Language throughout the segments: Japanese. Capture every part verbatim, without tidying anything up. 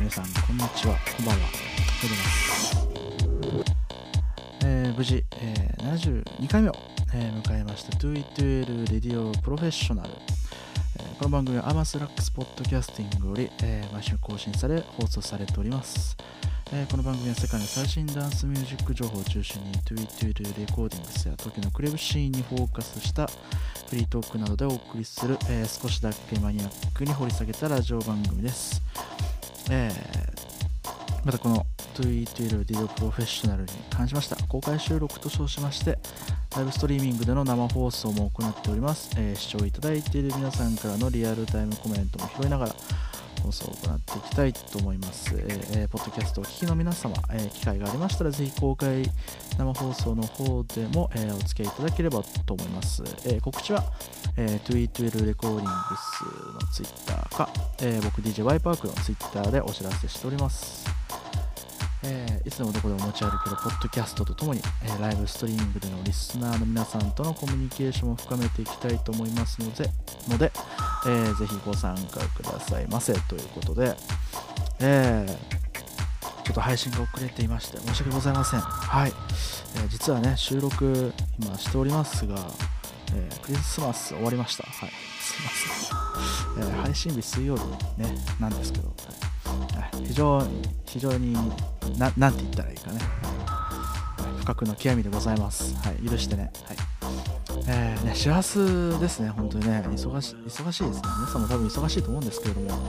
皆さんこんにちは、こんばんは。おはようございます。えー、無事、えー、ななじゅうにかいめを、えー、迎えました Do It Well Radio Professional、えー、この番組はアマスラックスポッドキャスティングより、えー、毎週更新され放送されております。えー、この番組は世界の最新ダンスミュージック情報を中心に Do It Well レコーディングスや東京のクレブシーンにフォーカスしたフリートークなどでお送りする、えー、少しだけマニアックに掘り下げたラジオ番組です。えー、またこの Do It Well Radio Professional に関しました公開収録と称しましてライブストリーミングでの生放送も行っております。えー、視聴いただいている皆さんからのリアルタイムコメントも拾いながら放送を行っていきたいと思います。えー、ポッドキャストをお聞きの皆様、えー、機会がありましたらぜひ公開生放送の方でも、えー、お付き合いいただければと思います。えー、告知は、えー、Do It Well レコーディングスのツイッターか、えー、僕 ディージェーワイ パークのツイッターでお知らせしております。えー、いつでもどこでも持ち歩けるポッドキャストとともに、えー、ライブストリーミングでのリスナーの皆さんとのコミュニケーションを深めていきたいと思いますので、のでえー、ぜひご参加くださいませということで、えー、ちょっと配信が遅れていまして申し訳ございません。はい、えー、実はね収録今しておりますが、えー、クリスマス終わりました。はい、すいません。えー、配信日水曜日ねなんですけど、はい、非常に非常にななんて言ったらいいかね、はい、不覚の極みでございます。はい、許してね。はい。えーね、師走ですね、本当にね、忙し、忙しいですね。皆さんも多分忙しいと思うんですけれども、はい、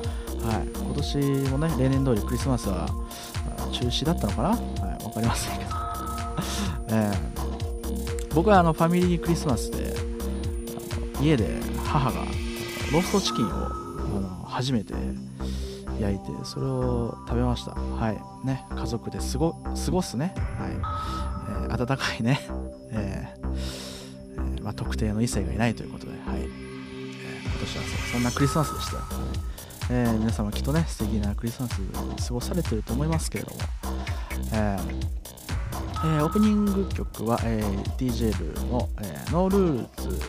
今年もね、例年通りクリスマスは中止だったのかな、はい、わかりませんけど、えー、僕はあのファミリークリスマスで、あの家で母がローストチキンをあの初めて焼いて、それを食べました。はい、ね、家族で過ご、過ごすね、はい、えー、温かいね、えーまあ、特定の異性がいないということで、はい、えー、今年は そ, そんなクリスマスでした、はい。えー、皆様きっとね素敵なクリスマス過ごされていると思いますけれども、えーえー、オープニング曲は、えー、ディージェー ルの、えー、ノールールズ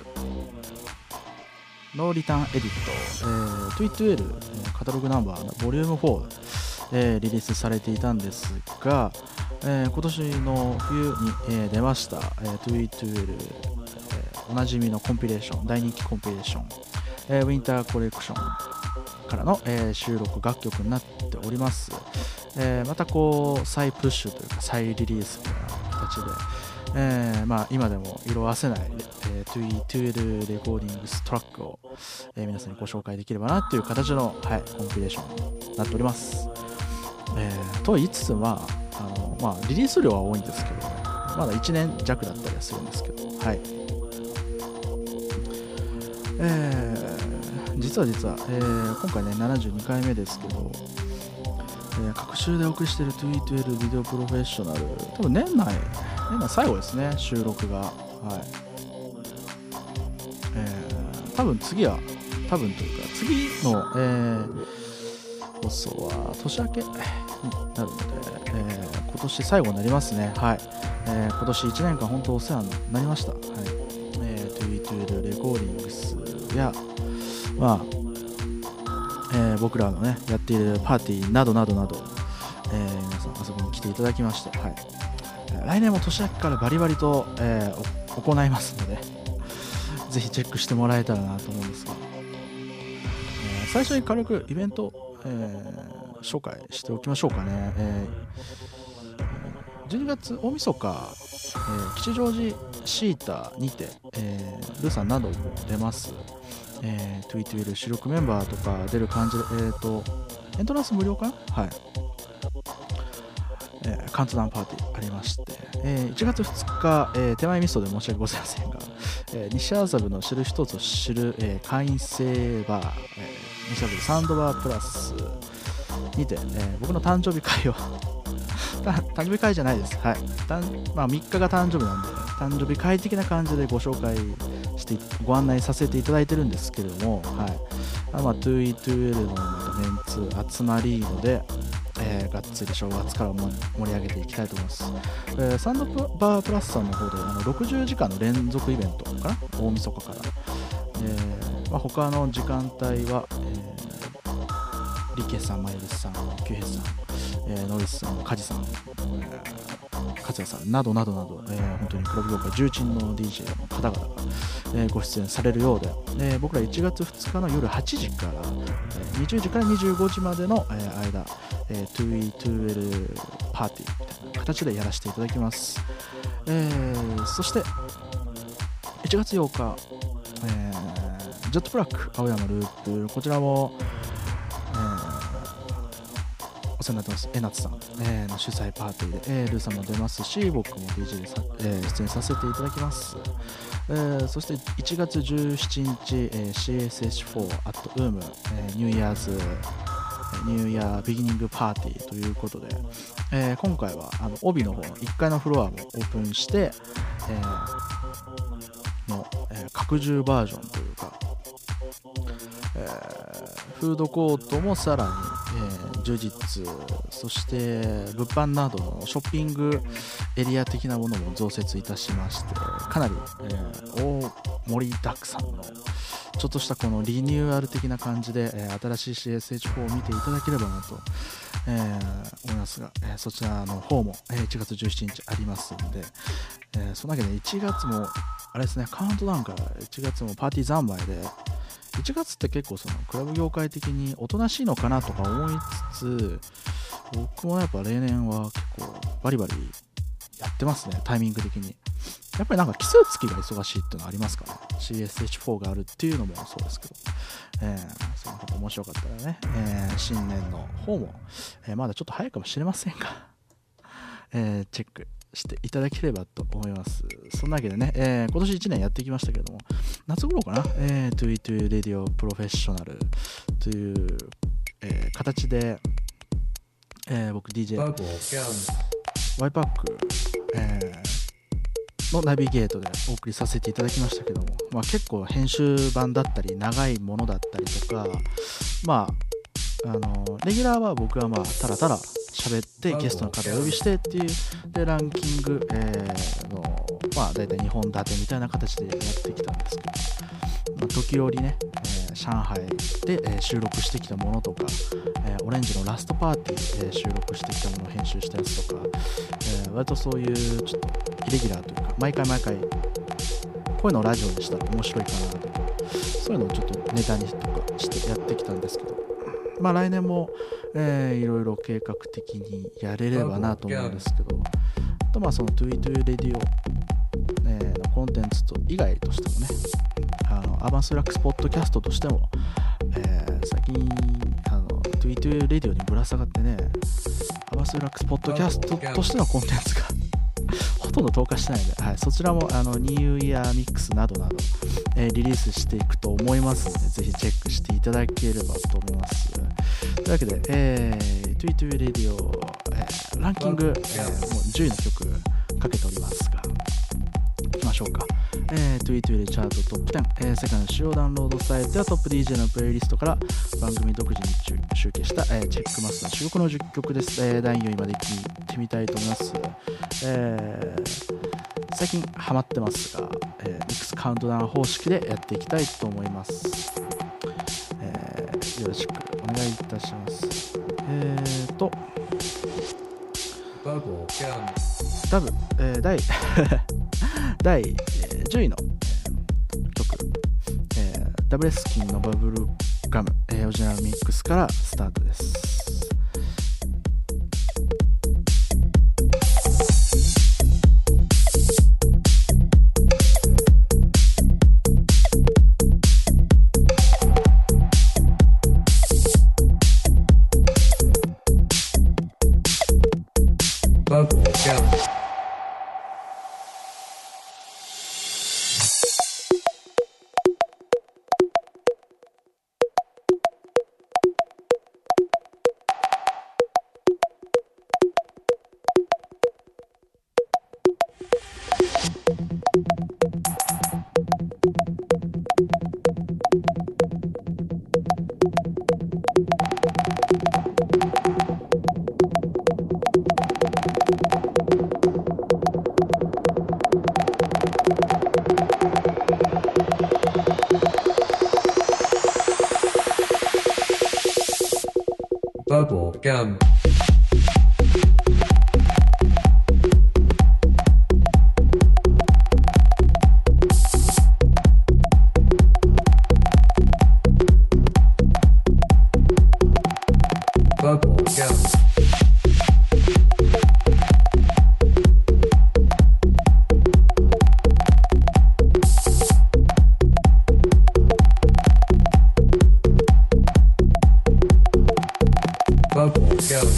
ノーリターンエディット、えー、Do It Well カタログナンバーのボリュームフォー、えー、リリースされていたんですが、えー、今年の冬に、えー、出ました、えー、Do It Wellおなじみのコンピレーション、大人気コンピレーション、えー、ウィンターコレクションからの、えー、収録楽曲になっております。えー、またこう再プッシュというか再リリースのような形で、えーまあ、今でも色あせない、えー、トゥイトゥエルレコーディングストラックを、えー、皆さんにご紹介できればなという形の、はい、コンピレーションになっております。えー、と言いつつ、まああのまあ、リリース量は多いんですけど、まだいちねん弱だったりはするんですけど、はい。えー、実は実は、えー、今回ねななじゅうにかいめですけど、えー、各週でお送りしている Do It Well Video Professional、 多分年内年内最後ですね、収録が。はい、えー、多分次は多分というか次の、えー、放送は年明けになるので、えー、今年最後になりますね。はい、えー、今年いちねんかん本当お世話になりました。はい、えー、Do It Well レコーディングスや、まあえー、僕らのねやっているパーティーなどなどなど、えー、皆さん遊びに来ていただきまして、はい、来年も年明けからバリバリと、えー、行いますのでぜひチェックしてもらえたらなと思うんですが、えー、最初に軽くイベント、えー、紹介しておきましょうかね。えー、じゅうにがつ大晦日、えー、吉祥寺シータにて、えー、ルーさんなども出ます。えー、Do It Well 主力メンバーとか出る感じで、えーと、エントランス無料かな、はい、えー、カウントダウンパーティーありまして、えー、いちがつふつか、えー、手前味噌で申し訳ございませんが、えー、西麻布の知る人ぞ知る、えー、会員制バー、えー、西麻布サンドバープラスにて、えー、僕の誕生日会を誕生日会じゃないです、はい、まあ、みっかが誕生日なんで誕生日会的な感じでご紹介してご案内させていただいてるんですけれども、はい、あまあ Do It Well のまたメンツ集まりので、えー、がっつり正月から盛り上げていきたいと思います。えー、サンドバープラスさんの方であのろくじゅうじかんの連続イベントかな、大晦日から、えーまあ、他の時間帯は、えーリケさん、マユルスさん、キュウヘイさん、えー、ノリスさん、カジさん、えー、勝也さんなどなどなど、えー、本当にクラブ業界重鎮の ディージェー の方々が、えー、ご出演されるようで、えー、僕らいちがつふつかの夜はちじから、えー、にじゅうじからにじゅうごじまでの、えー、間、えー、トゥイトゥエル パーティーみたいな形でやらせていただきます。えー、そしていちがつようか、えー、ジェットブラック青山ループ、こちらも、えー、お世話になってます、えなつさん、えー、の主催パーティーで、えー、ルーさんも出ますし、僕も ディージェー でさ、えー、出演させていただきます。えー、そしていちがつじゅうしちにち、えー、シーエスエイチフォー at ウーム、えー、ニューイヤーズニューイヤービギニングパーティーということで、えー、今回はあの帯の方のいっかいのフロアもオープンして、えー、の、えー、拡充バージョンというか、えー、フードコートもさらに、えー、充実、そして物販などのショッピングエリア的なものも増設いたしまして、かなり、えー、大盛りだくさんのちょっとしたこのリニューアル的な感じで、えー、新しい シーエスエイチフォー を見ていただければなと、えー、思いますが、えー、そちらの方も、えー、いちがつじゅうしちにちありますので、えー、そのわけでいちがつもあれですね、カウントダウンからいちがつもパーティー三昧で、いちがつって結構そのクラブ業界的におとなしいのかなとか思いつつ、僕もやっぱ例年は結構バリバリやってますね、タイミング的に。やっぱりなんか季節月が忙しいっていうのはありますからね。シーエスエイチフォー があるっていうのもそうですけど、えー、そのこと面白かったらね、えー、新年の方も、えー、まだちょっと早いかもしれませんが、えー、チェックしていただければと思います。そんなわけでね、えー、今年いちねんやってきましたけども、夏頃かな、えー、トゥイトゥレディオプロフェッショナルという、えー、形で、えー、僕 ディージェー ワイパック、えーのナビゲートでお送りさせていただきましたけども、まあ、結構編集版だったり長いものだったりとか、まあ、あのレギュラーは僕はまあただただ喋ってゲストの方をお呼びしてっていうでランキング、えー、のまあ大体にほん立てみたいな形でやってきたんですけど、まあ、時折ね、えー、上海で、えー、収録してきたものとか、えー、オレンジのラストパーティーで収録してきたものを編集したやつとか、えー、割とそういうちょっとイレギュラーというか毎回毎回こういうのをラジオにしたら面白いかなとか、そういうのをちょっとネタにとかしてやってきたんですけど、まあ来年も、えー、いろいろ計画的にやれればなと思うんですけど、あとまあその トゥイトゥレディオ、えー、のコンテンツと以外としてもね、あのアーバンスラックスポッドキャストとしても、えー、最近あの トゥイトゥレディオにぶら下がってね、アーバンスラックスポッドキャストとしてのコンテンツがほとんど投下してないので、はい、そちらもあのニューイヤーミックスなどなど、えー、リリースしていくと思いますので、ぜひチェックしていただければと思います。というわけで、えー、トゥイトゥレディオ、えー、ランキング、えー、もうじゅういの曲かけておりますが、いきましょうか。えー、トゥイトゥレチャートトップテン、えー、世界の主要ダウンロードサイトやトップ ディージェー のプレイリストから番組独自に集計した、えー、チェックマスター珠玉のじゅっきょくです。えー、だいよんいまで聞いてみたいと思います。えー、最近ハマってますが、えー、ミックスカウントダウン方式でやっていきたいと思います。えー、よろしくお願いいたします。えーとダブ、えー、第第じゅういの曲、えー、ダブルエスキンのバブルガム、えー、オリジナルミックスからスタートです。 Bubble gum. Bubble gum. Bubble gum.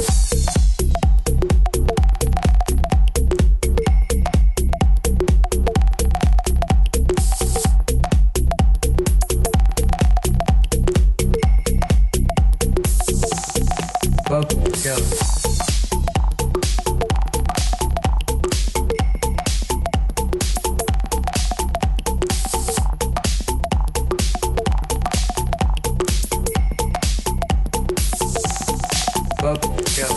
Bubble gum. Bubble gum.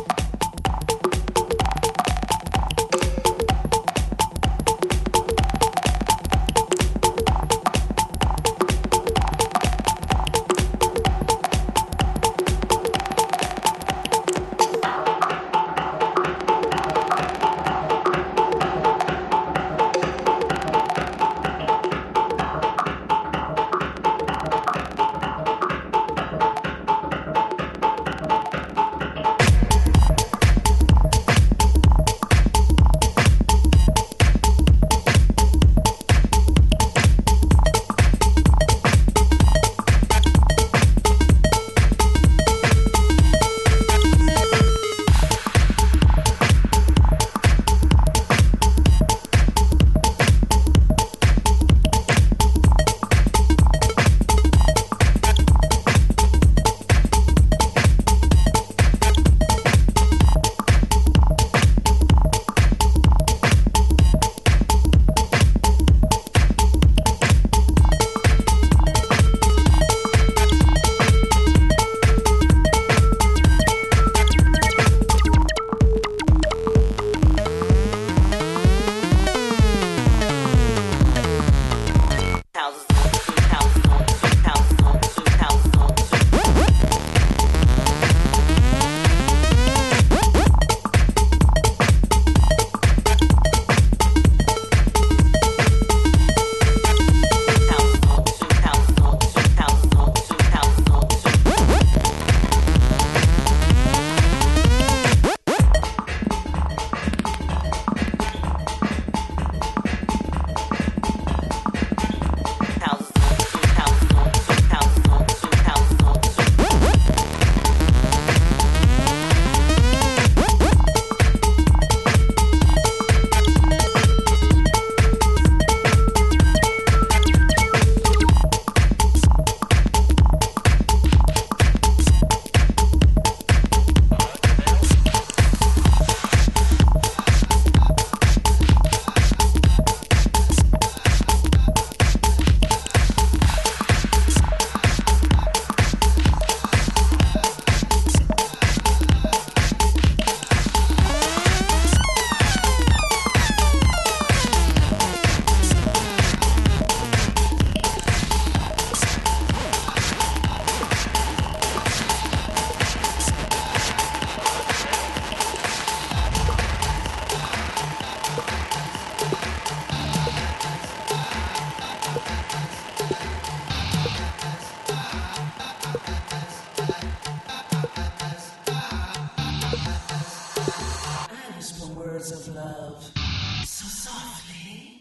of love so softly.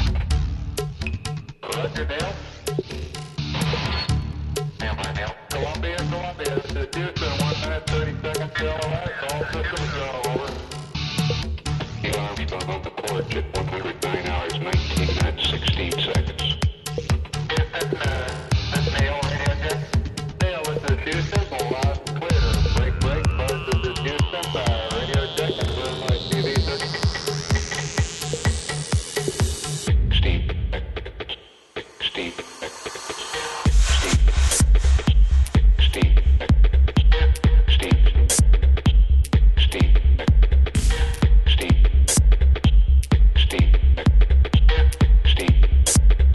Roger, Dale. Stand by, Dale. Columbia, Columbia. This is Houston. One minute, thirty seconds till away. All systems go. Over. Neil Armstrong on the porch at one hundred nine hours, nineteen minutes, sixteen seconds. Houston, uh, this is Neil. Radio check. Neil, this is Houston. Loud and clear. Break, break. Buzz, this is Houston. Uh, radio check. And boom, my T V thirty. Steve. Steve. Steve.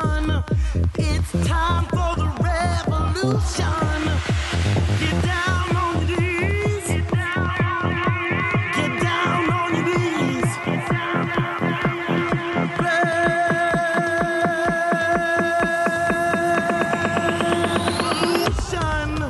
revolution. It's time for the revolution. Get down on your knees. Get down on your knees. Revolution.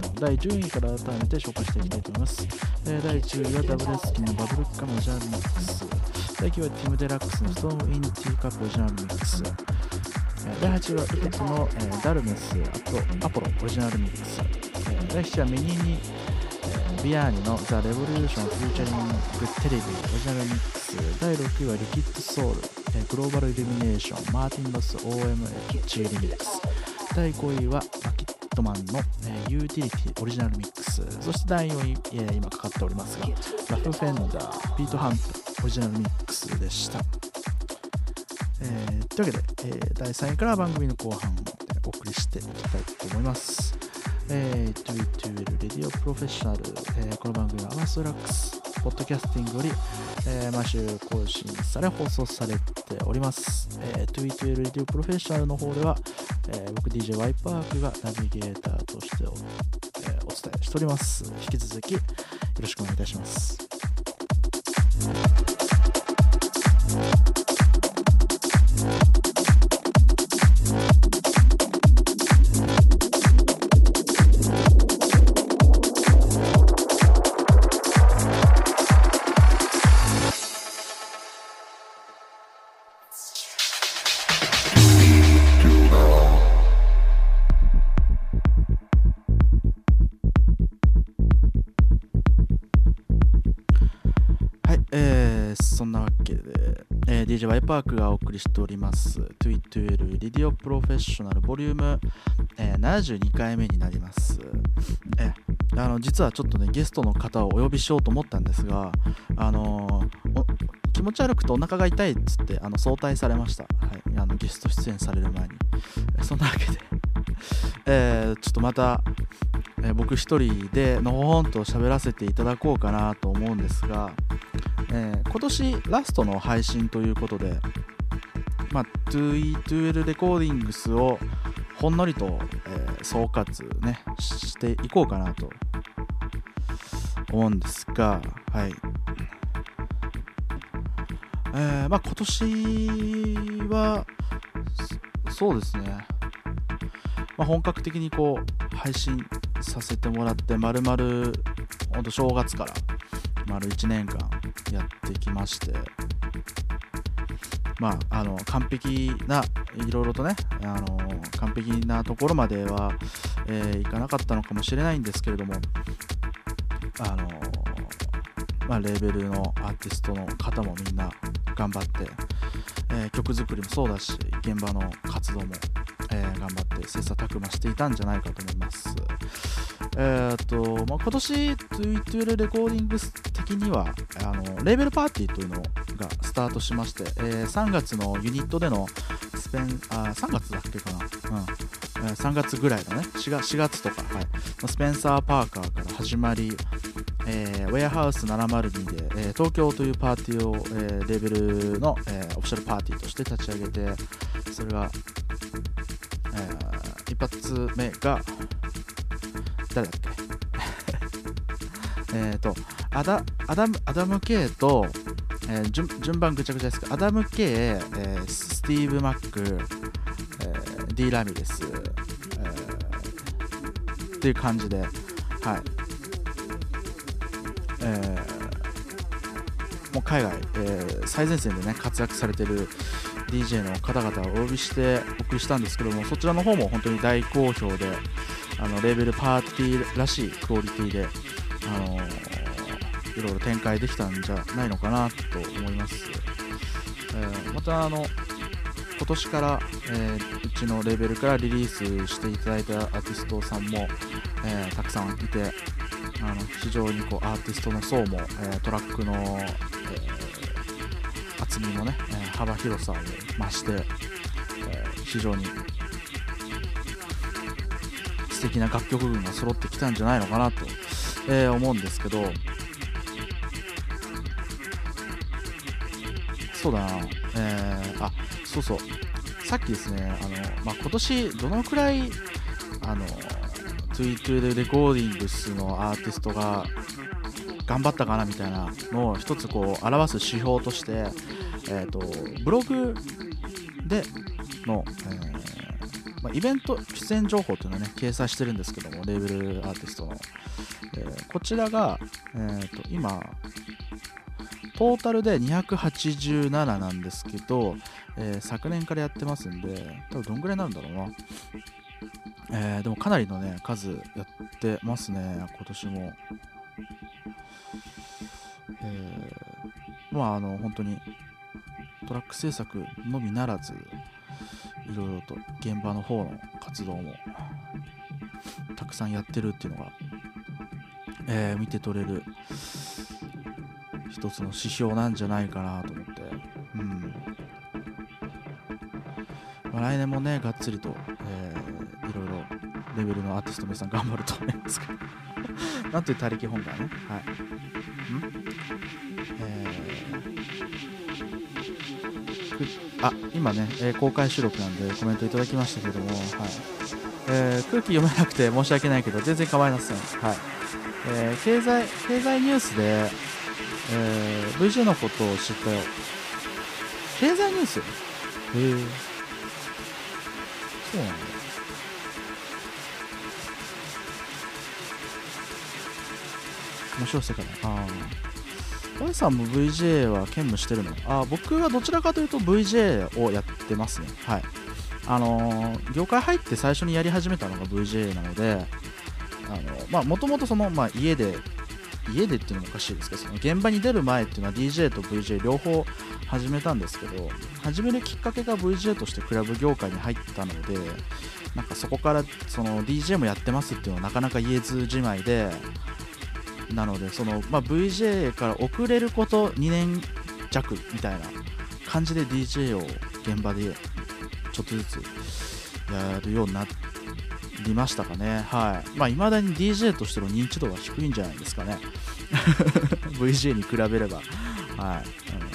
だいじゅういから改めて紹介していきたいと思います。えー、だいじゅういはダブルスキンのバブルカムオリジナルミックス。だいきゅうはティム・デラックスのストーム・イン・ティーカップオリジナルミックス。だいはちいはウテツの、えー、ダルメスアポロオリジナルミックス。えー、だいしちいはミニニ、えー、ビアーニのザ・レボリューション・フューチャリング・テレビオリジナルミックス。だいろくいはリキッド・ソウル、えー、グローバル・イルミネーションマーティン・ロス オーエムエイチ リミックス。だいごいはマキットマンの、えー、ユーティリティオリジナルミックス。そしてだいよんい、えー、今かかっておりますがラフ・フェンダーピート・ハントオリジナルミックスでした。えー、というわけで、えー、だいさんいから番組の後半をお送りしていきたいと思います。えー、トゥイトゥエル レディオプロフェッショナル、えー、この番組はアマスラックスポッドキャスティングより、えー、毎週更新され放送されております。えー、トゥイトゥエル レディオプロフェッショナルの方では、えー、僕 ディージェー ワイパークがナビゲーターとしてお、えー、お伝えしております。引き続きよろしくお願いいたします。そんなわけで、えー、ディージェー ワイパークがお送りしておりますトゥイトゥエル レディオプロフェッショナルボリューム、えー、ななじゅうにかいめになります。えー、あの実はちょっとねゲストの方をお呼びしようと思ったんですが、あのー、気持ち悪くてお腹が痛いっつってあの早退されました。はい、あのゲスト出演される前に。えー、そんなわけで、えー、ちょっとまた、えー、僕一人でのほほんと喋らせていただこうかなと思うんですが、えー、今年ラストの配信ということで、まあ、トゥイトゥエルレコーディングスをほんのりと、えー、総括、ね、していこうかなと思うんですが、はい、えーまあ、今年はそうですね、まあ、本格的にこう配信させてもらって丸々ほんと正月から丸いちねんかんやってきまして、まああの完璧ないろいろとねあの完璧なところまでは、えー、いかなかったのかもしれないんですけれども、あのまあレーベルのアーティストの方もみんな頑張って、えー、曲作りもそうだし現場の活動も、えー、頑張って切磋琢磨していたんじゃないかと思います。えーとまあ、今年トゥイトゥエルレコーディングス的にはあのレーベルパーティーというのがスタートしまして、えー、さんがつのユニットでのスペンあさんがつだっけかな、うんえー、さんがつぐらいだね 4, 月しがつとか、はい、スペンサー・パーカーから始まり、えー、ウェアハウスななまるにで、えー、東京というパーティーを、えー、レーベルの、えー、オフィシャルパーティーとして立ち上げて、それが、えー、一発目が誰だっけえっとアダ、アダム、アダム K と、えー、順, 順番ぐちゃぐちゃですけどアダム K、えー、スティーブ・マック、えー、D ラミレス、えー、っていう感じで、はい、えー、もう海外、えー、最前線でね活躍されてる ディージェー の方々をお呼びしてお送りしたんですけども、そちらの方も本当に大好評で、あのレーベルパーティーらしいクオリティで、あのー、いろいろ展開できたんじゃないのかなと思います。えー、またあの今年から、えー、うちのレーベルからリリースしていただいたアーティストさんも、えー、たくさんいて、あの非常にこうアーティストの層も、えー、トラックの、えー、厚みもね、えー、幅広さを増して、えー、非常に素敵な楽曲群が揃ってきたんじゃないのかなと、えー、思うんですけど、そうだな、えー、あ、そうそう、さっきですね、あの、まあ、今年どのくらいあのトゥイトゥエルレコーディングスのアーティストが頑張ったかなみたいなのを一つこう表す指標として、えーと、ブログでの、えまあ、イベント出演情報っていうのはね掲載してるんですけども、レーベルアーティストの、えー、こちらが、えー、と今トータルでにひゃくはちじゅうなななんですけど、えー、昨年からやってますんで、多分どんぐらいになるんだろうな。えー、でもかなりのね数やってますね、今年も。えー、まああの本当にトラック制作のみならず、いろいろと現場の方の活動もたくさんやってるっていうのが、えー、見て取れる一つの指標なんじゃないかなと思って、うんまあ、来年もねがっつりと、えー、いろいろレベルのアーティスト皆さん頑張ると思いますけどなんという他力本願ね、はい、んえー、あ今ね、えー、公開収録なんでコメントいただきましたけども、はいえー、空気読めなくて申し訳ないけど全然構いません、はいえー、経済経済ニュースで、えー、ブイジェー のことを知ったよ。経済ニュース？へえそうなんだ。面白い世界だ。ああ。ワイさんも ブイジェー は兼務してるの？あ、僕はどちらかというと ブイジェー をやってますね。はい。あのー、業界入って最初にやり始めたのが ブイジェー なので、あのまあもともとそのまあ家で家でっていうのもおかしいですけど、その現場に出る前っていうのは ディージェー と ブイジェー 両方始めたんですけど、始めるきっかけが ブイジェー としてクラブ業界に入ったので、なんかそこからその ディージェー もやってますっていうのはなかなか言えずじまいで。なのでその、まあ、ブイジェー から遅れることにねん弱みたいな感じで ディージェー を現場でちょっとずつやるようになりましたかね。はい。まあ未だに ディージェー としての認知度は低いんじゃないですかねブイジェー に比べれば。はい。うんまあ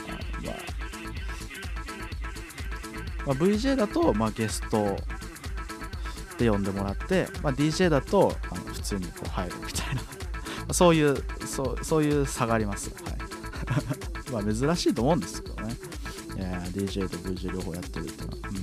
まあ、ブイジェー だと、まあ、ゲストで呼んでもらって、まあ、ディージェー だとあの普通にこう入るみたいなそういうそうそういう差があります。はい。まあ珍しいと思うんですけどね。えー、ディージェー と ブイジェー 両方やってるっていうのは。うん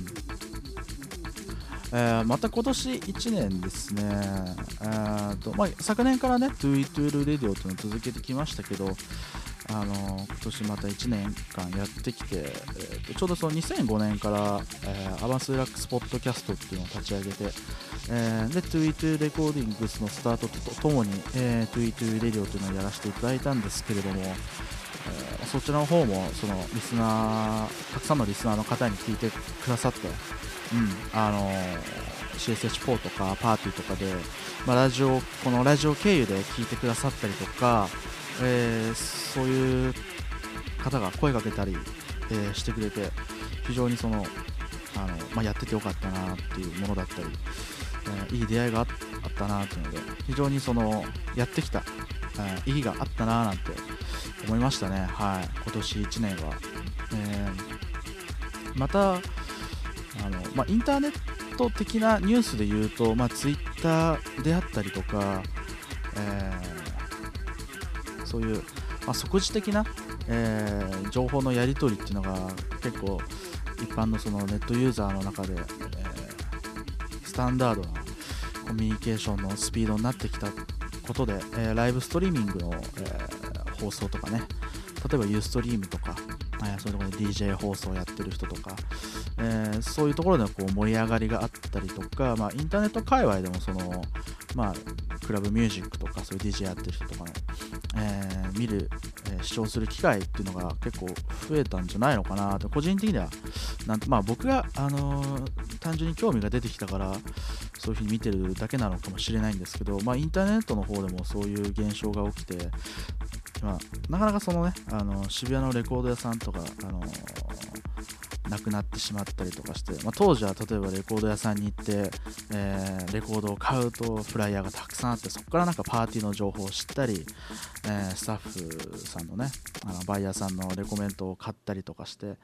えー、また今年いちねんですね。えーとまあ、昨年からね トゥイトゥール レディオというのを続けてきましたけど、あのー、今年またいちねんかんやってきて、えー、とちょうどそのにせんごねんから、えー、アバンスデラックスポッドキャストっていうのを立ち上げて、えー、で トゥイトゥー レコーディングスのスタートとともに、えー、トゥイトゥー レディオというのをやらせていただいたんですけれども、えー、そちらの方もそのリスナーたくさんのリスナーの方に聞いてくださって、うんあのー、シーエスエイチフォー とかパーティーとかで、まあ、ラジオこのラジオ経由で聞いてくださったりとか、えー、そういう方が声かけたり、えー、してくれて、非常にそのあの、まあ、やっててよかったなっていうものだったり、えー、いい出会いがあったなというので、非常にそのやってきた、えー、意義があったななんて思いましたね。はい、今年いちねんは、えー、またあの、まあ、インターネット的なニュースで言うと、まあ、ツイッターであったりとか、えー、そういう、まあ、即時的な、えー、情報のやり取りっていうのが結構一般のそのネットユーザーの中で、えー、スタンダードなコミュニケーションのスピードになってきたことで、えー、ライブストリーミングの、えー、放送とかね、例えばユーストリームとか、えー、そういうところで ディージェー 放送をやってる人とか、えー、そういうところでこう盛り上がりがあったりとか、まあ、インターネット界隈でもその、まあ、クラブミュージックとかそういう ディージェー やってる人とかの、えー、見る、えー、視聴する機会っていうのが結構増えたんじゃないのかなと個人的にはなんて、まあ、僕が、あのー、単純に興味が出てきたからそういう風に見てるだけなのかもしれないんですけど、まあ、インターネットの方でもそういう現象が起きて、まあ、なかなかそのね、あの渋谷のレコード屋さんとか、あのーなくなってしまったりとかして、まあ、当時は例えばレコード屋さんに行って、えー、レコードを買うとフライヤーがたくさんあって、そこからなんかパーティーの情報を知ったり、えー、スタッフさんのね、あのバイヤーさんのレコメントを買ったりとかして、あのー、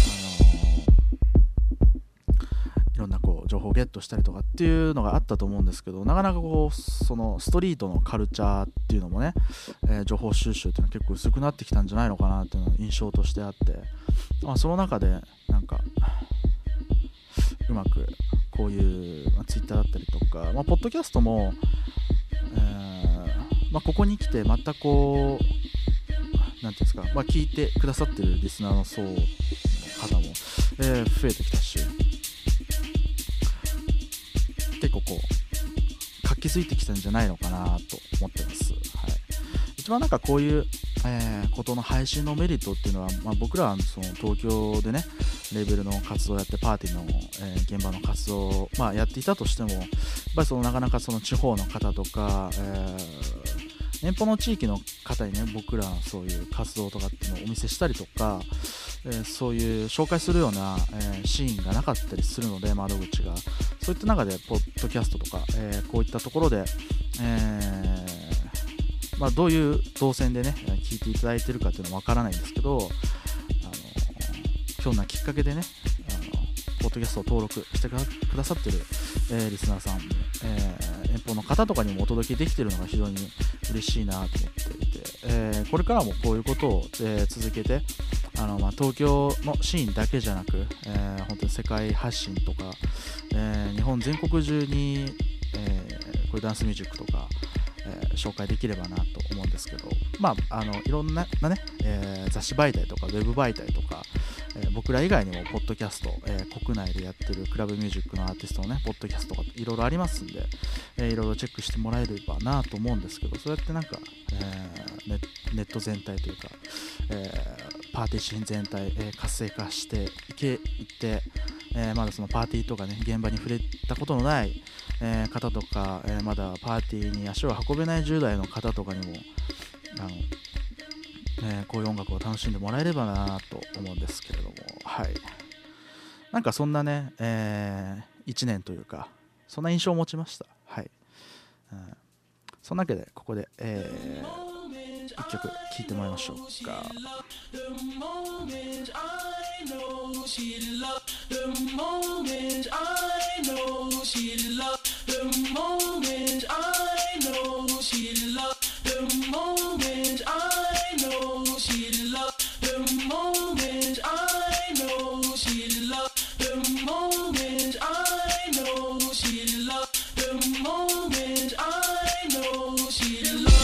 いろんなこう情報をゲットしたりとかっていうのがあったと思うんですけど、なかなかこうそのストリートのカルチャーっていうのもね、えー、情報収集っていうのは結構薄くなってきたんじゃないのかなっていうのが印象としてあって、まあ、その中でなんかうまくこういう、まあ、ツイッターだったりとか、まあ、ポッドキャストも、えーまあ、ここに来てまたこうなんていうんですか、まあ、聞いてくださってるリスナーの層の方も、えー、増えてきたし、結構こう活気づいてきたんじゃないのかなと思ってます。はい、一番なんかこういう、えー、ことの配信のメリットっていうのは、まあ、僕らはその東京でねレーベルの活動をやってパーティーの、えー、現場の活動を、まあ、やっていたとしても、やっぱりそのなかなかその地方の方とか、えー、遠方の地域の方にね僕らそういう活動とかっていうのをお見せしたりとか、えー、そういう紹介するような、えー、シーンがなかったりするので、窓口がそういった中でポッドキャストとか、えー、こういったところで、えーまあ、どういう動線でね聞いていただいているかっていうのはわからないんですけど、あのひょんなきっかけでねあのポッドキャストを登録してくださっている、えー、リスナーさん、えー、遠方の方とかにもお届けできているのが非常に嬉しいなと思っていて、えー、これからもこういうことを、えー、続けてあの、まあ、東京のシーンだけじゃなく、えー、本当に世界発信とか、えー、日本全国中に、えー、こういうダンスミュージックとかえー、紹介できればなと思うんですけど、まあ、あのいろんな、ねえー、雑誌媒体とかウェブ媒体とか、えー、僕ら以外にもポッドキャスト、えー、国内でやってるクラブミュージックのアーティストのねポッドキャストとかいろいろありますんで、えー、いろいろチェックしてもらえればなと思うんですけど、そうやってなんか、えー、ネ, ネット全体というか、えー、パーティーシーン全体、えー、活性化していけいって、えー、まだそのパーティーとかね現場に触れたことのないえー、方とか、えー、まだパーティーに足を運べないじゅう代の方とかにもあの、えー、こういう音楽を楽しんでもらえればなと思うんですけれども、はい、なんかそんなね、えー、いちねんというかそんな印象を持ちました。はい、うん、そんなわけでここで、えー、いっきょく聴いてもらいましょうか。She'd love the moment I know she'd love the moment I know she'd love the moment I know she'd love the moment I know she'd love the moment I know she'd love the moment I know she'd love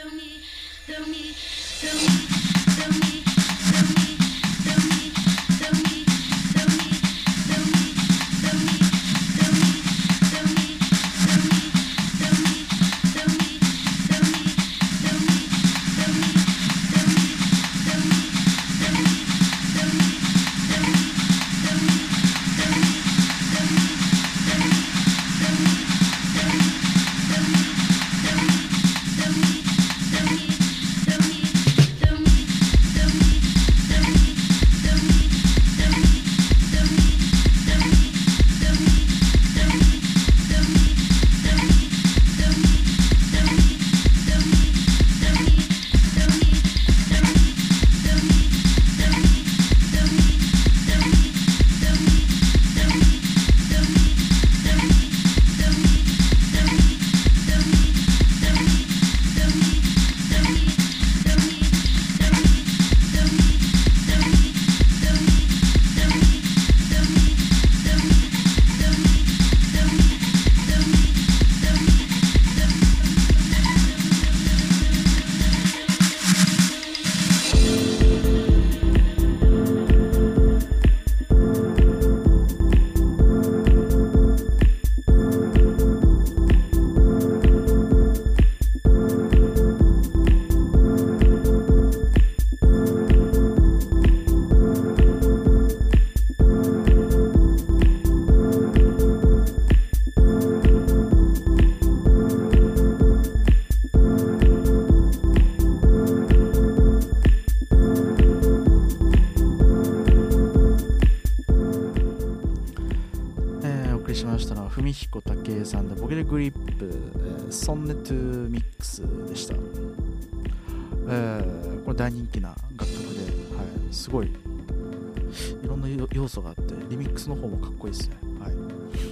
文彦武さんでボケルグリップ、えー、ソンネトゥミックスでした。えー、これ大人気な楽曲で、はい、すごいいろんな要素があってリミックスの方もかっこいいですね。はい、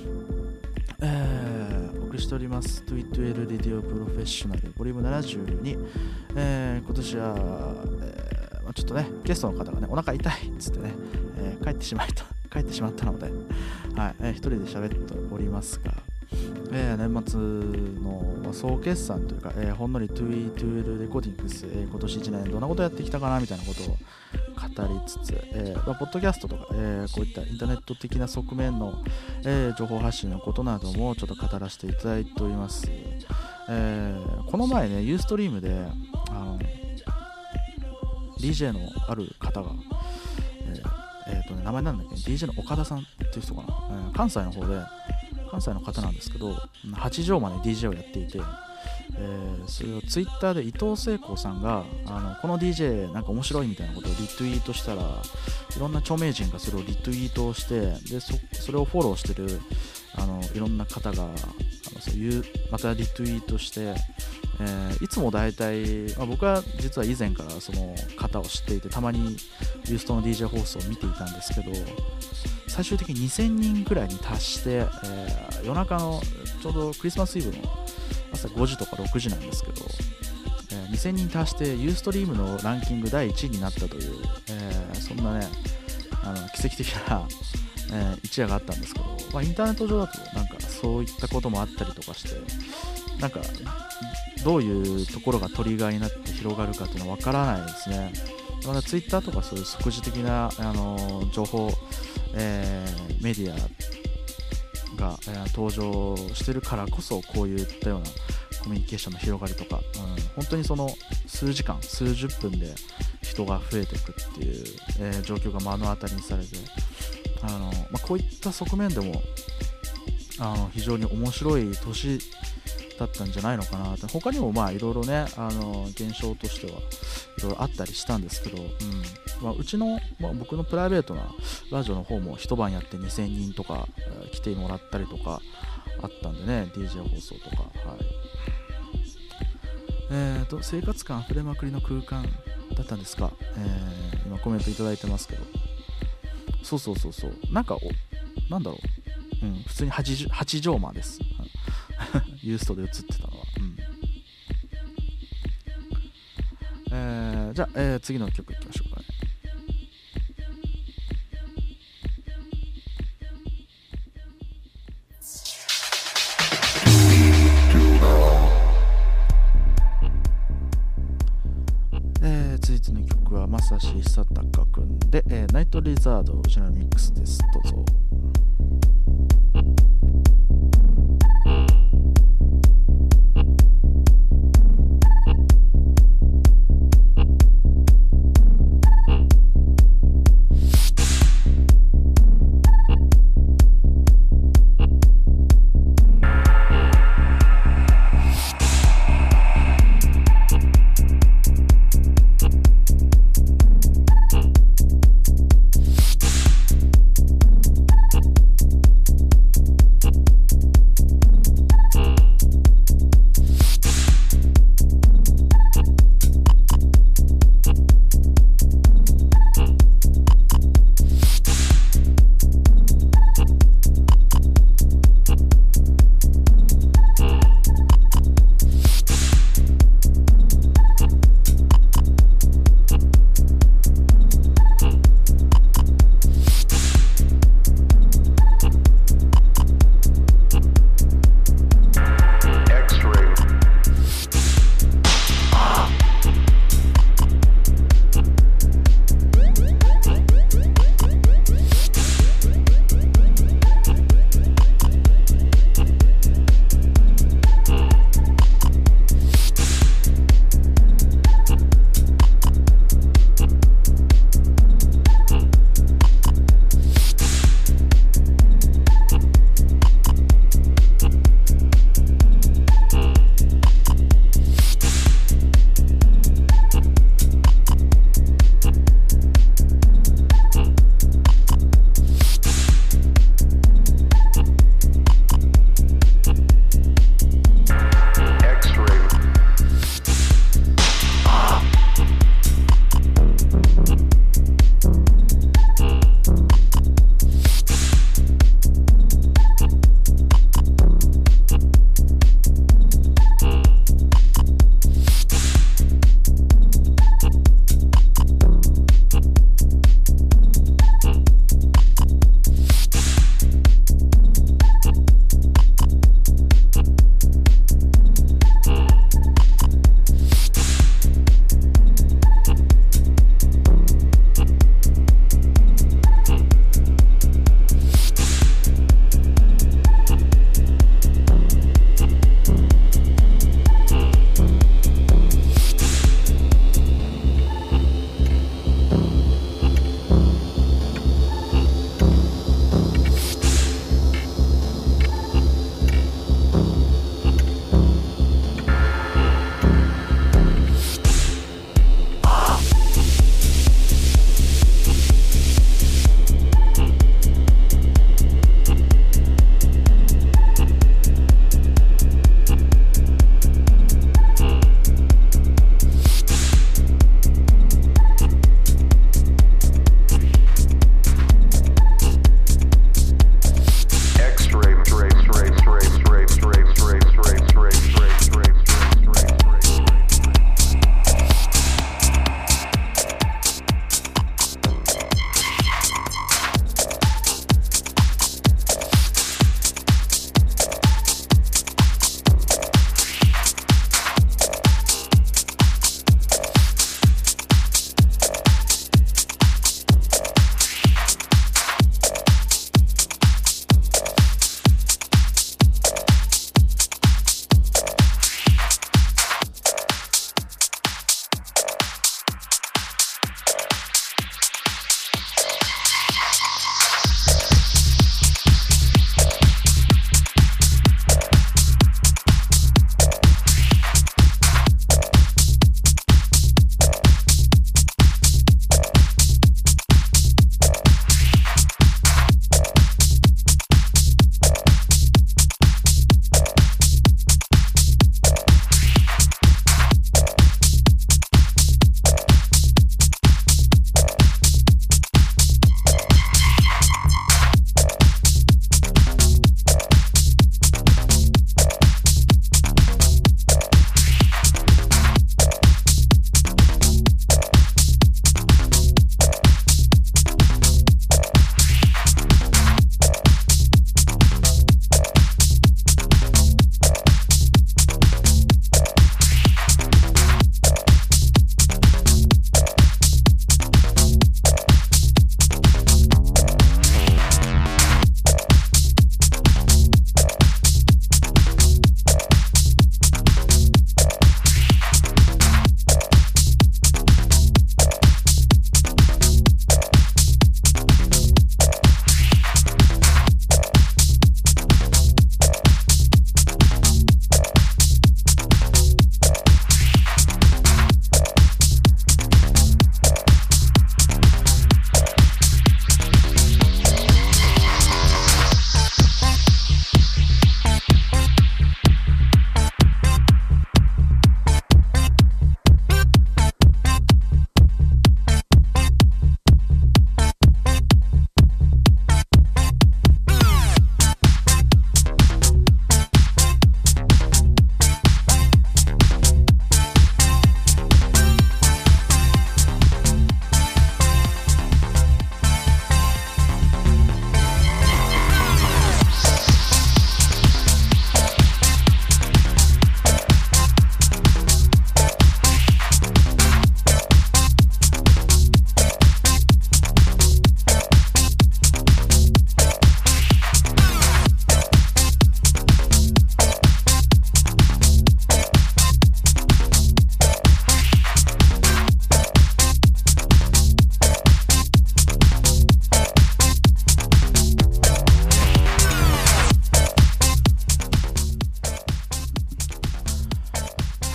えー、お送りしておりますトゥイットエル Radio Professional ボリュームななじゅうに、えー、今年は、えー、ちょっとねゲストの方がねお腹痛いっつってね、えー、帰ってしまいた帰ってしまったので、はいえー、一人で喋っておりますが、えー、年末の総決算というか、えー、ほんのりトゥイトゥエルレコーディングス、えー、今年いちねんどんなことやってきたかなみたいなことを語りつつ、えーまあ、ポッドキャストとか、えー、こういったインターネット的な側面の、えー、情報発信のことなどもちょっと語らせていただいております。えー、この前ねユーストリームであの ディージェー のある方が、えーえーとね、名前なんだっけ ディージェー の岡田さんっていう人かな、えー、関西の方で関西の方なんですけど八丈まで ディージェー をやっていて、えー、それをツイッターで伊藤聖子さんがあのこの ディージェー なんか面白いみたいなことをリツイートしたらいろんな著名人がそれをリツイートをしてで そ, それをフォローしてるあのいろんな方があのそういうまたリツイートして、えー、いつも大体、まあ、僕は実は以前からその方を知っていてたまにユーストの ディージェー 放送を見ていたんですけど最終的ににせんにんくらいに達して、えー、夜中のちょうどクリスマスイブの朝ごじとかろくじなんですけど、えー、にせんにん達してユーストリームのランキングだいいちいになったという、えー、そんなねあの奇跡的な、えー、一夜があったんですけど、まあ、インターネット上だとなんかそういったこともあったりとかしてなんかどういうところがトリガーになって広がるかっていうのは分からないですね。まだツイッターとかそういう即時的な、あのー、情報、えー、メディアが、えー、登場してるからこそこういったようなコミュニケーションの広がりとか、うん、本当にその数時間数十分で人が増えていくっていう、えー、状況が目の当たりにされて、あのーまあ、こういった側面でもあの非常に面白い年だったんじゃないのかなって。他にもまあいろいろねあの現象としてはいろいろあったりしたんですけど、うんまあ、うちの、まあ、僕のプライベートなラジオの方も一晩やってにせんにんとか、えー、来てもらったりとかあったんでね ディージェー 放送とか、はいえー、と生活感あふれまくりの空間だったんですか、えー、今コメントいただいてますけどそうそうそうそうなんかおなんだろう、うん、普通に八丈間ですユーストで映ってたのは、うんえー、じゃあ、えー、次の曲いきましょうかね。 草志久隆くんで、えー、ナイトリザードオリジナルミックスです。どうぞ。 Thank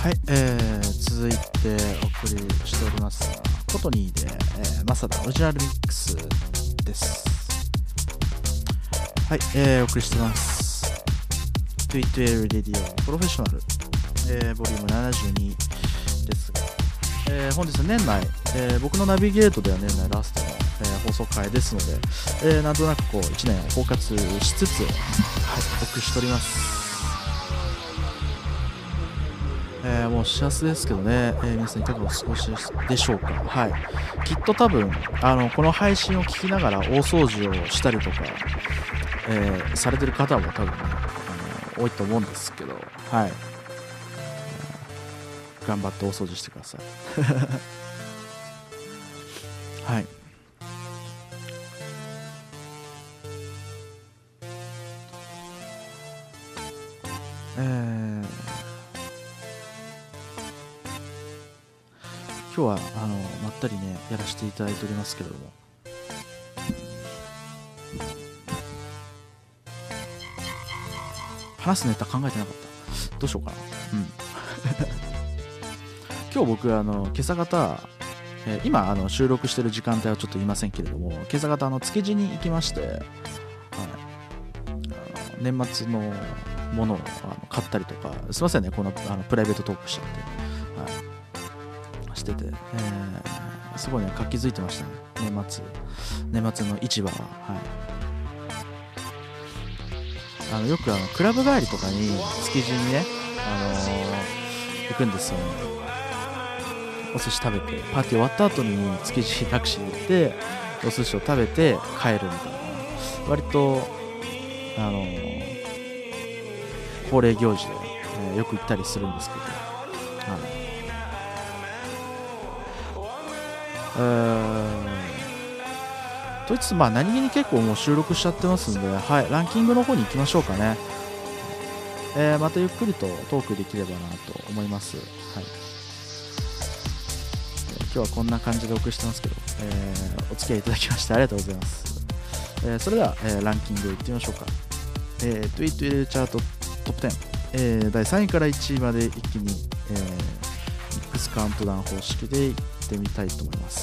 はい、えー、続いてお送りしておりますコトニーで、えー、マサダオリジナルミックスです。はい、えー、お送りしてます トゥイットエル レディオプロフェッショナル、えー、ボリュームななじゅうにですが、えー、本日年内、えー、僕のナビゲートでは年内ラストの、えー、放送回ですので、えー、なんとなくこういちねんを包括しつつ、はい、お送りしております。えー、もう幸せですけどね、えー、皆さんいかがお過ごしでしょうか。はい、きっと多分あのこの配信を聞きながら大掃除をしたりとか、えー、されてる方も多分、ね、あの多いと思うんですけど、はい、頑張って大掃除してくださいはい、えー今日はあのまったりねやらせていただいておりますけれども、話すネタ考えてなかった。どうしようかな。うん今日僕あの今朝方、えー、今あの収録してる時間帯はちょっと言いませんけれども、今朝方あの築地に行きまして、はい、あの年末のものをあの買ったりとか、すいませんねこのあのプライベートトークしちゃって、はい、してて、えー、すごいね活気づいてましたね。年末年末の市場は、はい、あのよくあのクラブ帰りとかに築地にね、あのー、行くんですよね。お寿司食べてパーティー終わった後に築地タクシーで行ってお寿司を食べて帰るみたいな、割とあのー、恒例行事で、えー、よく行ったりするんですけど、はい、えー、といつつまあ何気に結構もう収録しちゃってますんで、はい、ランキングの方に行きましょうかね。えー、またゆっくりとトークできればなと思います。はい、えー、今日はこんな感じでお送りしてますけど、えー、お付き合いいただきましてありがとうございます。えー、それでは、えー、ランキングいってみましょうか。えー、トゥイットエルチャートトップテン、えー、だいさんいからいちいまで一気に、えー、ミックスカウントダウン方式でいってみたいと思います。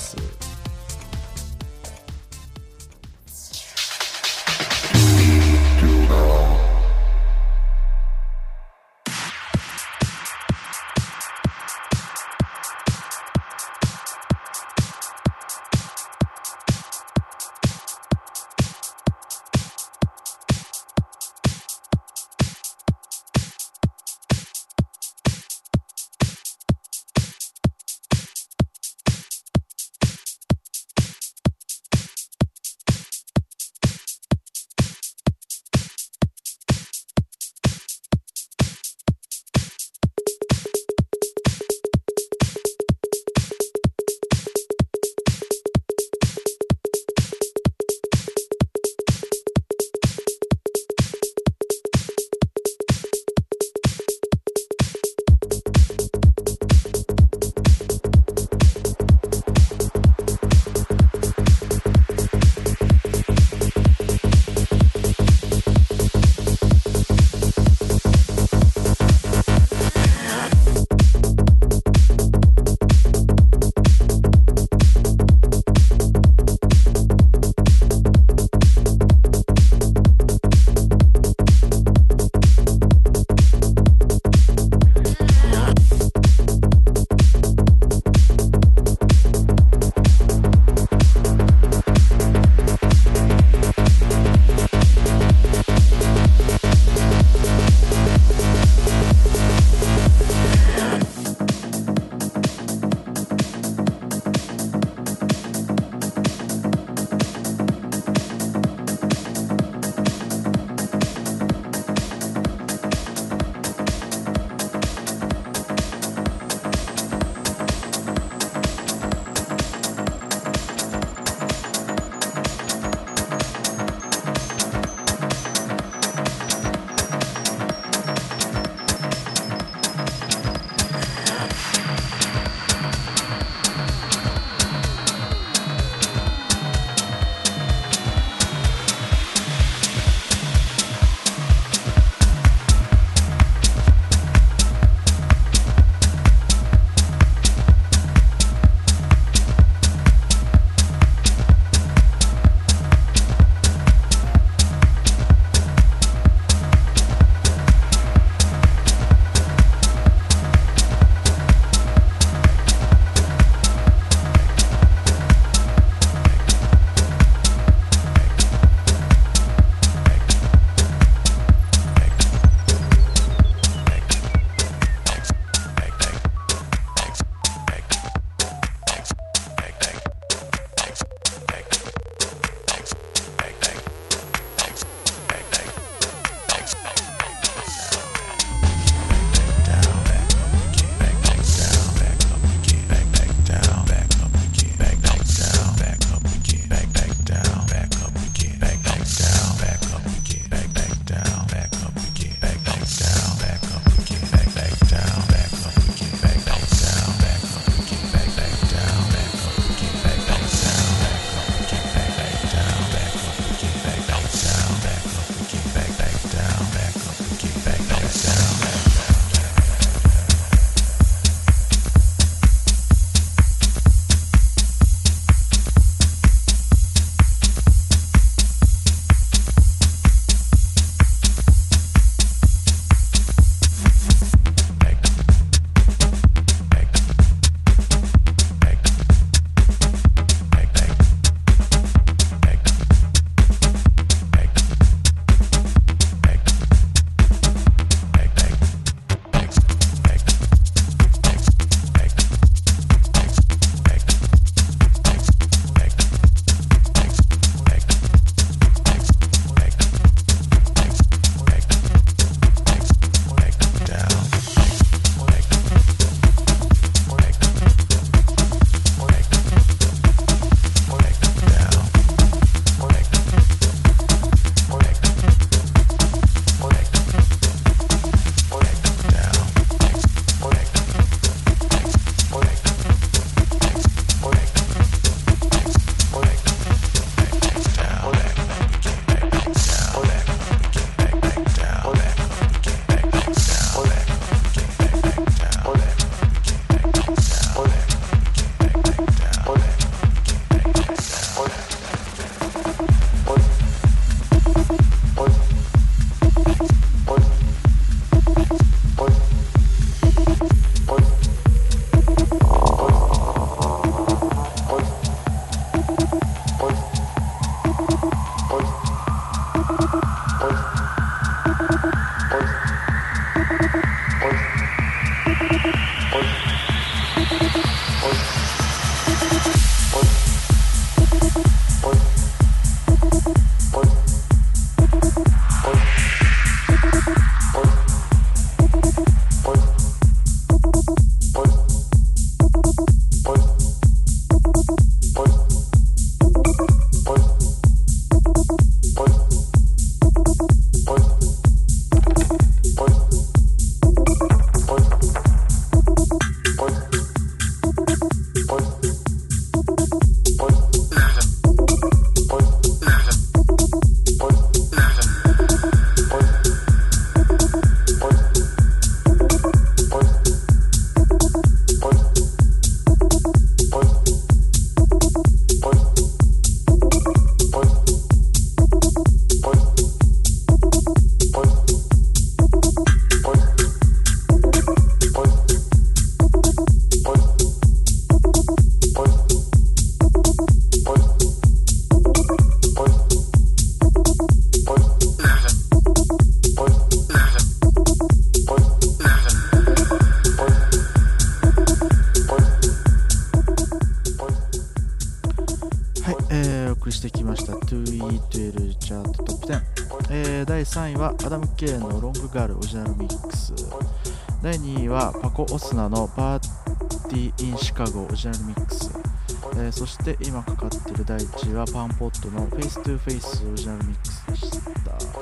だいさんいはアダム・ケイのロングガールオリジナルミックス、だいにいはパコ・オスナのパーティー・イン・シカゴオリジナルミックス、えー、そして今かかっているだいいちいはパンポットのフェイストゥフェイスオリジナルミックスでした。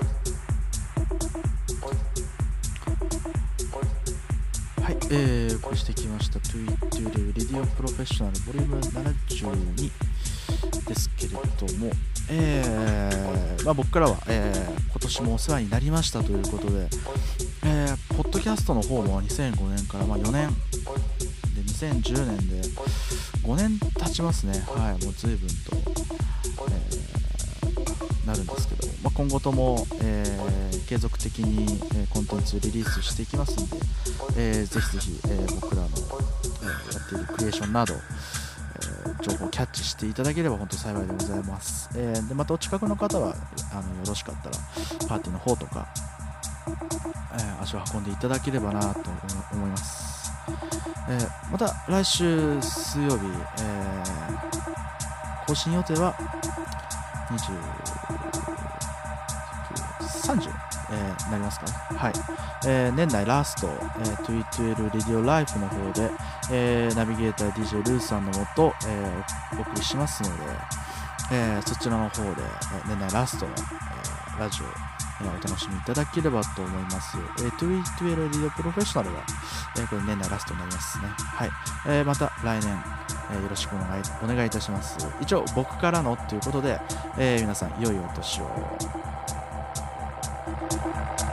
はい、えー、お送りしてきました To It To Live Radio Professional Vol. ななじゅうにですけれども、えーまあ、僕からは、えー、今年もお世話になりましたということで、えー、ポッドキャストの方もにせんごねんからまあよねんでにせんじゅうねんでごねん経ちますね。はい、もう随分と、えー、なるんですけど、まあ、今後とも、えー、継続的に、えー、コンテンツをリリースしていきますので、えー、ぜひぜひ、えー、僕らの、えー、やっているクリエーションなど情報をキャッチしていただければ本当に幸いでございます。えー、でまたお近くの方はあのよろしかったらパーティーの方とか、えー、足を運んでいただければなと思います。えー、また来週水曜日、えー、更新予定はにじゅうさんじゅう、えー、なりますかね。はい、えー、年内ラスト、えー、トゥイトゥエル Radio Life の方で、えー、ナビゲーター ディージェー ルーさんのもと、えー、お送りしますので、えー、そちらの方で、えー、年内ラストの、えー、ラジオ、えー、お楽しみいただければと思います。えー、トゥイトゥエル Radio Professional は、えー、これ年内ラストになりますね。はい、えー、また来年、えー、よろしくお願い、お願いいたします。一応僕からのということで、えー、皆さん良いお年を。